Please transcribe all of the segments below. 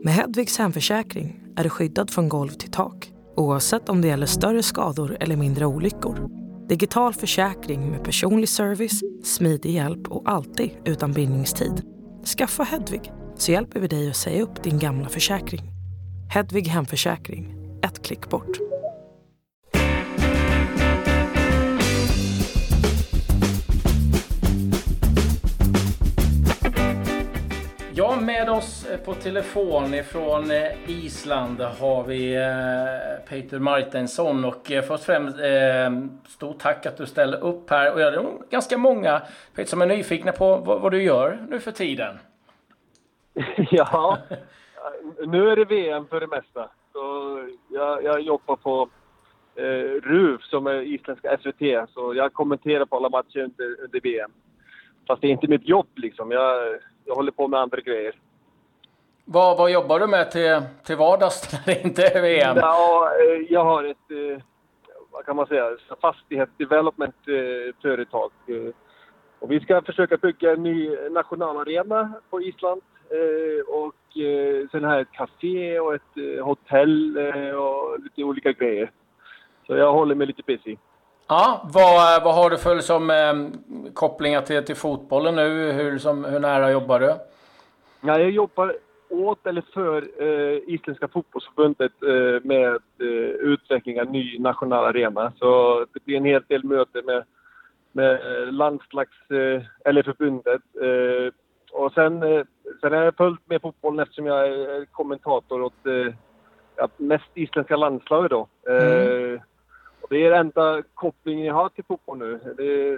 Med Hedvigs hemförsäkring är du skyddad från golv till tak, oavsett om det gäller större skador eller mindre olyckor. Digital försäkring med personlig service, smidig hjälp och alltid utan bindningstid. Skaffa Hedvig så hjälper vi dig att säga upp din gamla försäkring. Hedvig hemförsäkring, ett klick bort. Ja, med oss på telefon ifrån Island har vi Peter Martinsson, och först och främst stort tack att du ställer upp här. Och det är ganska många Peter som är nyfikna på vad du gör nu för tiden. Ja, nu är det VM för det mesta. Så jag jobbar på RUV som är isländska SVT, så jag kommenterar på alla matcher under VM. Fast det är inte mitt jobb liksom. Jag håller på med andra grejer. Vad jobbar du med till vardags när det inte är VM? Ja, jag har ett, vad kan man säga, fastighetsdevelopment-företag. Och vi ska försöka bygga en ny nationalarena på Island. Och sen här ett café och ett hotell och lite olika grejer. Så jag håller mig lite busy. Ja, vad har du för som kopplingar till fotbollen nu? Hur nära jobbar du? Ja, jag jobbar åt eller för Isländska fotbollsförbundet med utveckling av ny nationalarena. Så det blir en hel del möte med eller förbundet. Och sen har jag följt med fotbollen eftersom jag är kommentator åt mest isländska landslaget då. Och det är enda kopplingen jag har till fotboll nu. Det är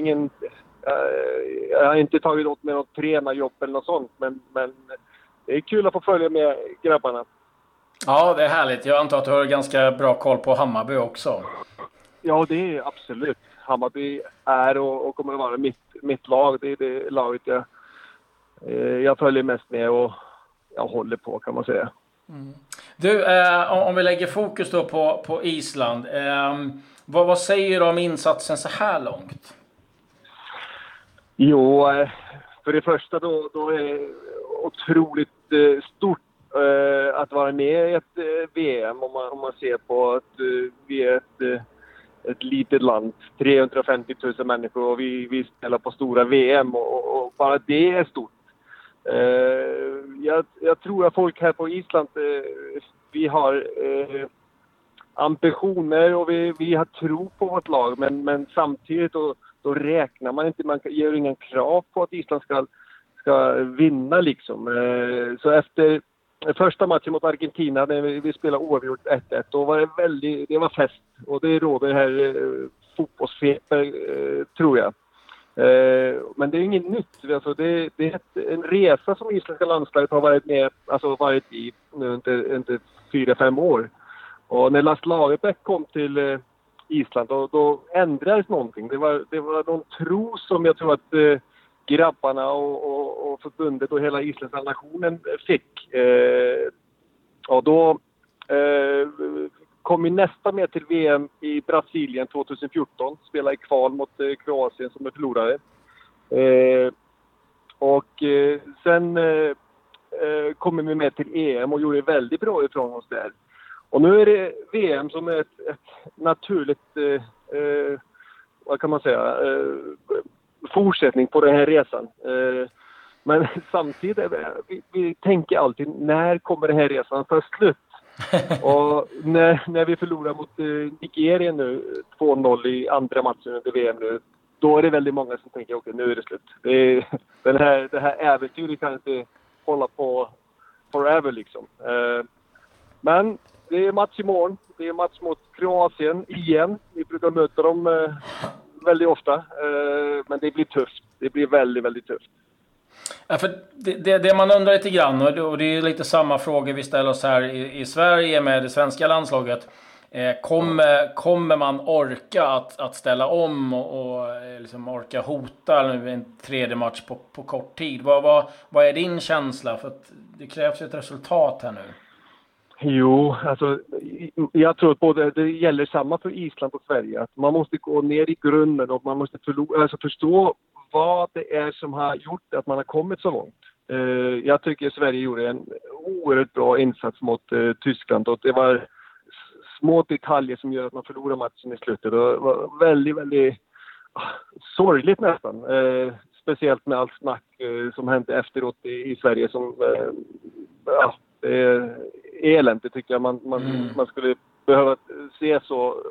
jag har inte tagit åt med något tränarjobb eller något sånt. Men det är kul att få följa med grabbarna. Ja, det är härligt. Jag antar att du har ganska bra koll på Hammarby också. Ja, det är absolut. Hammarby är och kommer att vara mitt lag. Det är det laget jag följer mest med och jag håller på, kan man säga. Mm. Du, om vi lägger fokus då på Island. Vad säger du om insatsen så här långt? Jo, för det första då är det otroligt stort att vara med i ett VM om man ser på att vi är ett litet land, 350 000 människor och vi spelar på stora VM och bara det är stort. Jag tror att folk här på Island, vi har ambitioner och vi har tro på vårt lag, men samtidigt då räknar man inte, man gör ingen krav på att Island ska vinna liksom. Så efter första matchen mot Argentina när vi spelade oavgjort 1-1, då var det var fest och det råder här fotbollsfeber tror jag. Men det är inget nytt. Alltså det är en resa som isländska landslaget har varit i nu under 4-5 år. Och när Lars Lagerbäck kom till Island då ändrades någonting. Det var någon tro som jag tror att grabbarna och förbundet och hela isländska nationen fick. Och då kom vi nästa med till VM i Brasilien 2014. Spelade i kval mot Kroatien som är förlorade. Sen kom vi med till EM och gjorde väldigt bra ifrån oss där. Och nu är det VM som är ett naturligt, vad kan man säga, fortsättning på den här resan. Men samtidigt, vi tänker alltid, när kommer den här resan ta slut? Och när vi förlorar mot Nigeria nu 2-0 i andra matchen under VM nu, då är det väldigt många som tänker okej, nu är det slut. Det här äventyret kan inte hålla på forever liksom. Men det är match imorgon. Det är match mot Kroatien igen. Vi brukar möta dem väldigt ofta. Men det blir tufft. Det blir väldigt, väldigt tufft. Ja, för det man undrar lite grann, och det är lite samma fråga vi ställer oss här i Sverige med det svenska landslaget. Kommer man orka att ställa om och liksom orka hota nu en tredje match på kort tid? Vad är din känsla? För att det krävs ett resultat här nu. Jo, alltså jag tror att det gäller samma för Island och Sverige. Att man måste gå ner i grunden och man måste förstå vad det är som har gjort att man har kommit så långt. Jag tycker Sverige gjorde en oerhört bra insats mot Tyskland och det var små detaljer som gör att man förlorar matchen i slutet. Det var väldigt, väldigt sorgligt nästan. Speciellt med allt snack som hände efteråt i Sverige som det är eländigt tycker jag. Man skulle behöva se så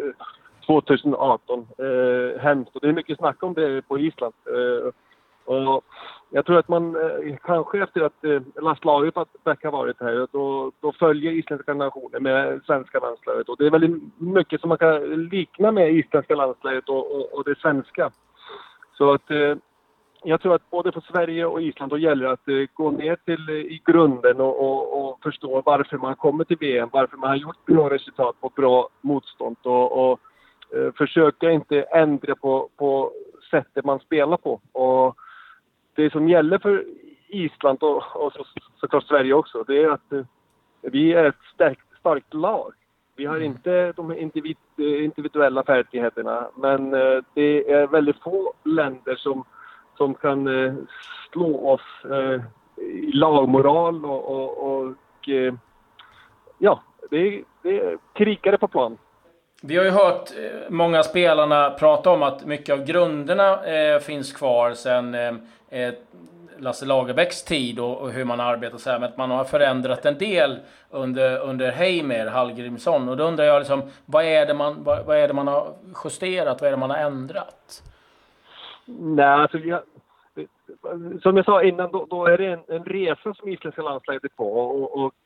2018 hemskt. Och det är mycket snack om det på Island. Och jag tror att man kanske efter att Lars Lagerbäck har varit här då följer isländska nationer med svenska landslaget. Och det är väldigt mycket som man kan likna med isländska landslaget och det svenska. Så att jag tror att både för Sverige och Island då gäller att gå ner till i grunden och förstå varför man kommer till VM, varför man har gjort bra resultat och bra motstånd och försöka inte ändra på sättet man spelar på. Och det som gäller för Island och såklart Sverige också, det är att vi är ett starkt lag. Vi har inte de individuella färdigheterna, men det är väldigt få länder som kan slå oss i lagmoral och det är krigare på plan. Vi har ju hört många spelarna prata om att mycket av grunderna finns kvar sedan Lasse Lagerbäcks tid och hur man arbetar så här, men att man har förändrat en del under Heimer Hallgrímsson. Och då undrar jag liksom, vad är det man har justerat, vad är det man har ändrat? Nej, alltså som jag sa innan, då är det en resa som isländska landslaget är på och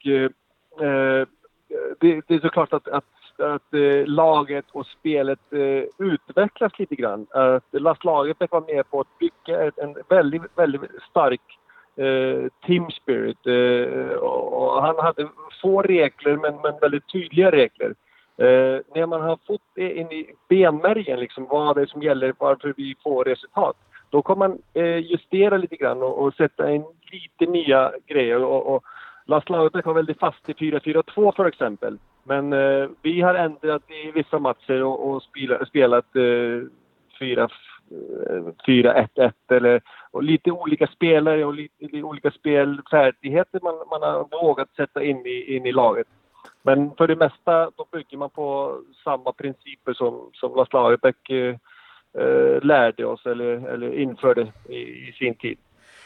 det är såklart att laget och spelet utvecklas lite grann. Att Lars Lagerbäck var med på att bygga en väldigt, väldigt stark team spirit. Och han hade få regler men väldigt tydliga regler. När man har fått det in i benmärgen liksom, vad det är som gäller, varför vi får resultat. Då kan man justera lite grann och sätta in lite nya grejer. Och Lars Lagerbäck var väldigt fast i 4-4-2 för exempel. Men vi har ändrat i vissa matcher och spelat 4-1-1 och lite olika spelare och lite olika spelfärdigheter man har vågat sätta in i laget. Men för det mesta då bygger man på samma principer som Lars Lagerbäck lärde oss eller införde i sin tid.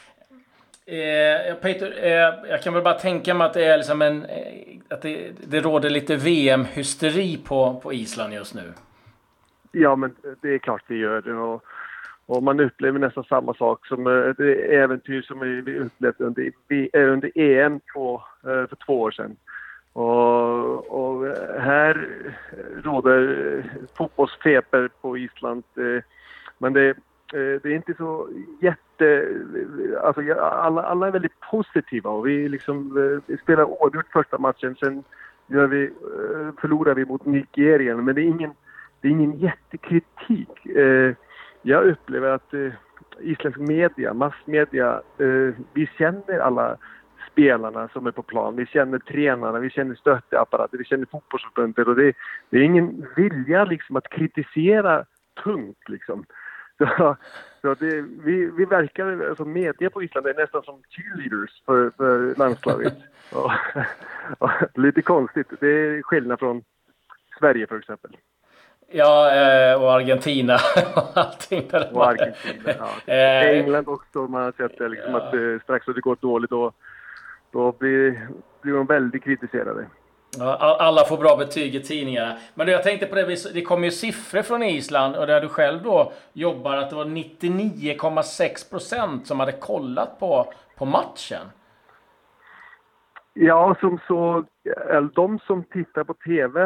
Peter, jag kan väl bara tänka mig att det är liksom att det råder lite VM-hysteri på Island just nu. Ja, men det är klart det gör det och man upplever nästan samma sak som det äventyr som vi upplevde under EM för 2 år sedan. Och här råder fotbollsfeber på Island, men det är inte så alltså alla är väldigt positiva och vi spelar oavgjort första matchen, sen förlorar vi mot Nigeria, men det är ingen jättekritik. Jag upplever att isländsk media, massmedia, vi känner alla spelarna som är på plan, vi känner tränarna, vi känner stötteapparater, vi känner fotbollsförbundet och det är ingen vilja liksom att kritisera tungt liksom. Så vi verkar, alltså media på Island är nästan som cheerleaders för landslaget. och lite konstigt, det är skillnad från Sverige för exempel. Ja, och Argentina och allting. Och Argentina, ja. England också, man har sett det, liksom, att strax så det går dåligt då blir de väldigt kritiserade. Ja, alla får bra betyg i tidningarna. Men jag tänkte på det kommer ju siffror från Island och där du själv då jobbar att det var 99,6% som hade kollat på matchen. Ja, de som tittar på TV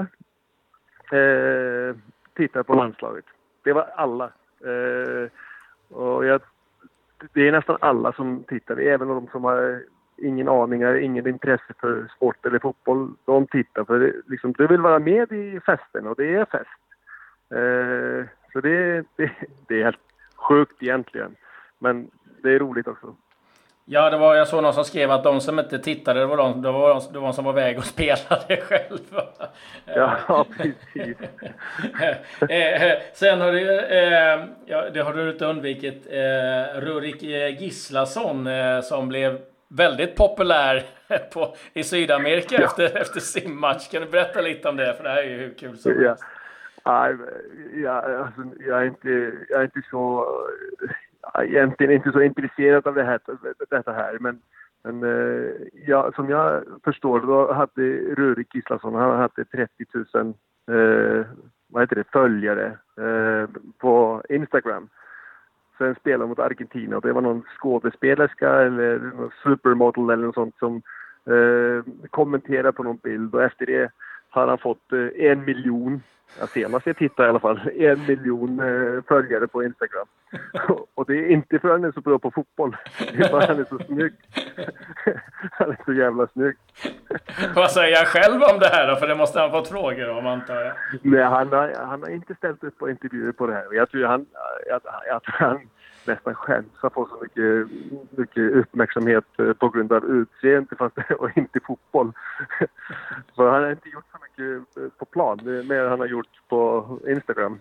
tittar på landslaget. Det var alla. Och det är nästan alla som tittar, även de som har ingen aning, ingen intresse för sport eller fotboll, de tittar för liksom, du vill vara med i festen och det är fest. Så det är helt sjukt egentligen, men det är roligt också. Ja, jag såg någon som skrev att de som inte tittade, det var de som var väg och spelade själva. Ja, precis. Sen har det har du inte undvikit, Rurik Gislason som blev väldigt populär i Sydamerika efter sin match. Kan du berätta lite om det? För det här är ju hur kul som helst. Alltså, jag är inte så... Egentligen inte så intresserad av detta här, men som jag förstår då hade Rurik Gislason, han hade 30 000 följare på Instagram. Sen spelade mot Argentina och det var någon skådespelerska eller någon supermodel eller något sånt som kommenterade på någon bild, och efter det har han fått 1 miljon. Senast jag tittade i alla fall 1 miljon följare på Instagram. Och det är inte för att han är så bra på fotboll. Det är för att han är så snygg. Han är så jävla snygg. Vad säger jag själv om det här då? För det måste han fått frågor om, antar jag. Nej, han har inte ställt upp på intervjuer på det här. Och jag tror att han nästan skäms att få så mycket uppmärksamhet på grund av utseende och inte fotboll. Så han har inte gjort så mycket på plan. Det är mer han har gjort på Instagram.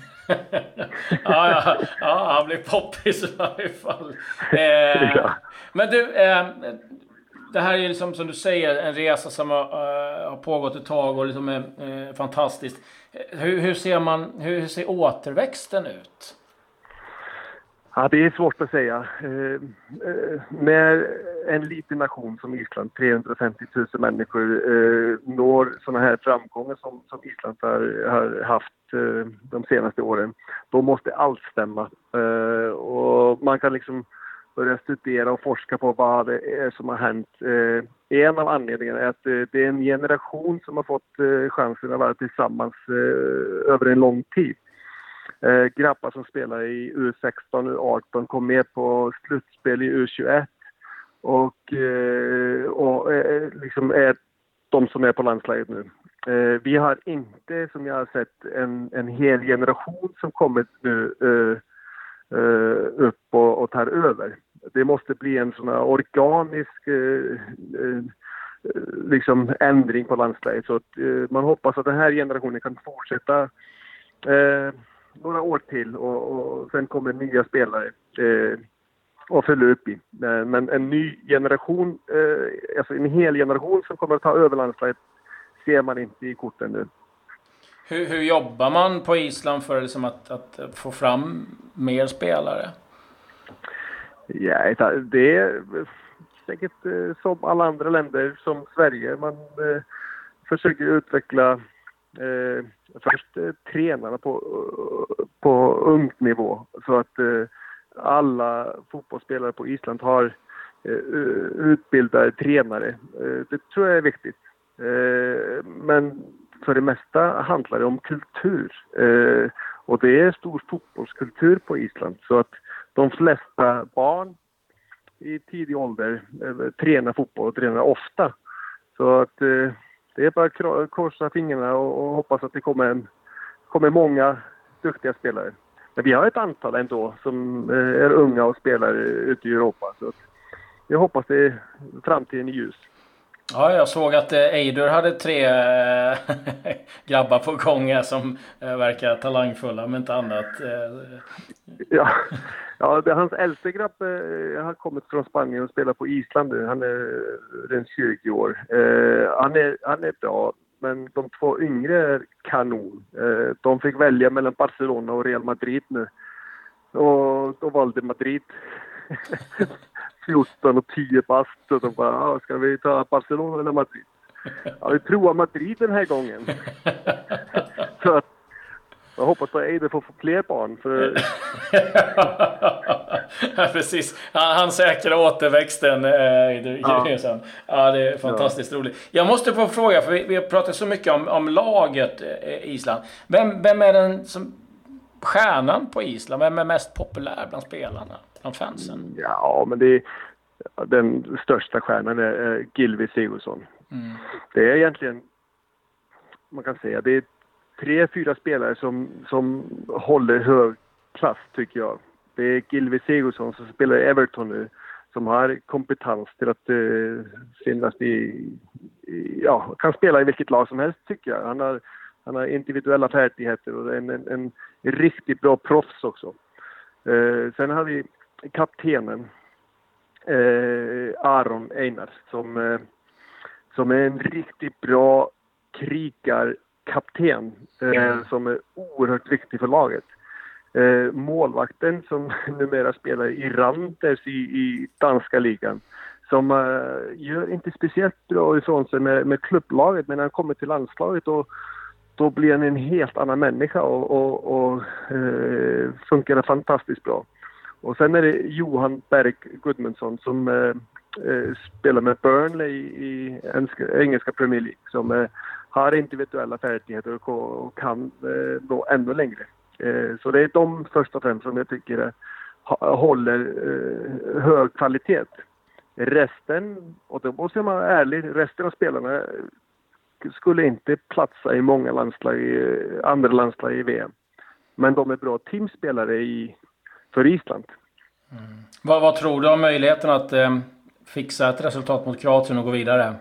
ja, han blir poppis i varje fall. Ja. Men du, det här är liksom, som du säger, en resa som har pågått ett tag och liksom är fantastiskt. Hur ser återväxten ut? Ja, det är svårt att säga. När en liten nation som Island, 350 000 människor, når sådana här framgångar som Island har haft de senaste åren, då måste allt stämma. Och man kan liksom börja studera och forska på vad det är som har hänt. En av anledningarna är att det är en generation som har fått chansen att vara tillsammans över en lång tid. Grabbar som spelar i U16 och U18 kom med på slutspel i U21 och liksom är de som är på landslaget nu. Vi har inte, som jag har sett, en hel generation som kommit nu upp och tar över. Det måste bli en sån här organisk liksom ändring på landslaget, så att man hoppas att den här generationen kan fortsätta några år till och sen kommer nya spelare och följa upp i. Men en ny generation, alltså en hel generation som kommer att ta över landslaget, ser man inte i korten nu. Hur jobbar man på Island för liksom att få fram mer spelare? Ja, det är säkert som alla andra länder, som Sverige. Man försöker utveckla först tränarna på ungt nivå, så att alla fotbollsspelare på Island har utbildade tränare. Det tror jag är viktigt. Men för det mesta handlar det om kultur. Och det är stor fotbollskultur på Island, så att de flesta barn i tidig ålder tränar fotboll och tränar ofta. Så att det är bara att korsa fingrarna och hoppas att det kommer många duktiga spelare. Men vi har ett antal ändå som är unga och spelar ute i Europa. Så att jag hoppas det är framtiden i ljus. Ja, jag såg att Eidur hade 3 grabbar på gång som verkar talangfulla, men inte annat. Ja, det är hans äldste grabb har kommit från Spanien och spelar på Island nu. Han är runt 20 år. Han är bra, men de 2 yngre är kanon. De fick välja mellan Barcelona och Real Madrid nu. Och då valde Madrid 14 och 10 bast, och de bara, ska vi ta Barcelona eller Madrid? Ja, vi provar Madrid den här gången. Så att jag hoppas att Eidur får fler barn. För... Ja, precis. Han säkrar återväxten. Ja, det är fantastiskt roligt. Jag måste få fråga, för vi har pratat så mycket om laget Island. Vem är den som stjärnan på Island? Vem är mest populär bland spelarna, bland fansen? Ja, men den största stjärnan är Gylfi Sigurdsson. Det är egentligen, man kan säga, det är 3-4 spelare som håller hög klass, tycker jag. Det är Gylfi Sigurdsson som spelar i Everton nu, som har kompetens till att finnas kan spela i vilket lag som helst, tycker jag. Han har individuella färdigheter och en riktigt bra proffs också. Sen har vi kaptenen Aron Einar som är en riktigt bra krigarkapten som är oerhört viktig för laget. Målvakten som numera spelar i Randers i danska ligan, som gör inte speciellt bra ifrån sig med klubblaget, men när han kommer till landslaget och då blir han en helt annan människa och funkar fantastiskt bra. Och sen är det Johan Berg Gudmundsson som spelar med Burnley i engelska Premier League, som har individuella färdigheter och kan nå ännu längre. Så det är de första fem som jag tycker håller hög kvalitet. Resten, och då måste jag vara ärlig, resten av spelarna skulle inte platsa i många andra landslag i VM. Men de är bra teamspelare för Island. Vad tror du om möjligheten att fixa ett resultat mot Kroatien och gå vidare?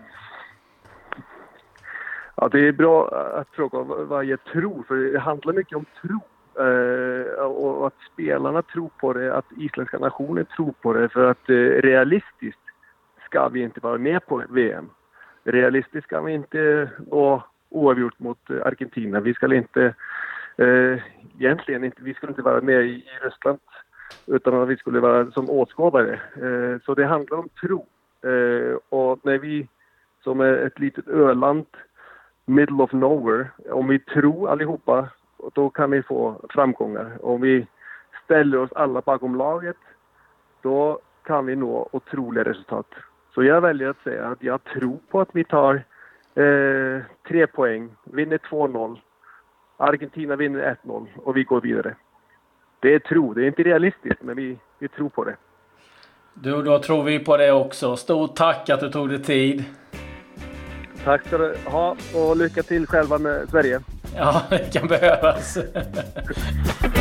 Ja, det är bra att fråga vad jag tror, för det handlar mycket om tro. Och att spelarna tror på det, att isländska nationen tror på det, för att realistiskt ska vi inte vara med på VM. Realistiskt ska vi inte gå oavgjort mot Argentina. Vi ska inte vi skulle inte vara med i Ryssland, utan att vi skulle vara som åskådare. Så det handlar om tro. Och när vi som är ett litet öland, middle of nowhere, om vi tror allihopa, då kan vi få framgångar. Om vi ställer oss alla bakom laget, då kan vi nå otroliga resultat. Så jag väljer att säga att jag tror på att vi tar 3 poäng, vinner 2-0. Argentina vinner 1-0 och vi går vidare. Det är tro, det är inte realistiskt, men vi tror på det. Då tror vi på det också. Stort tack att du tog dig tid. Tack ska du ha och lycka till själva med Sverige. Ja, det kan behövas.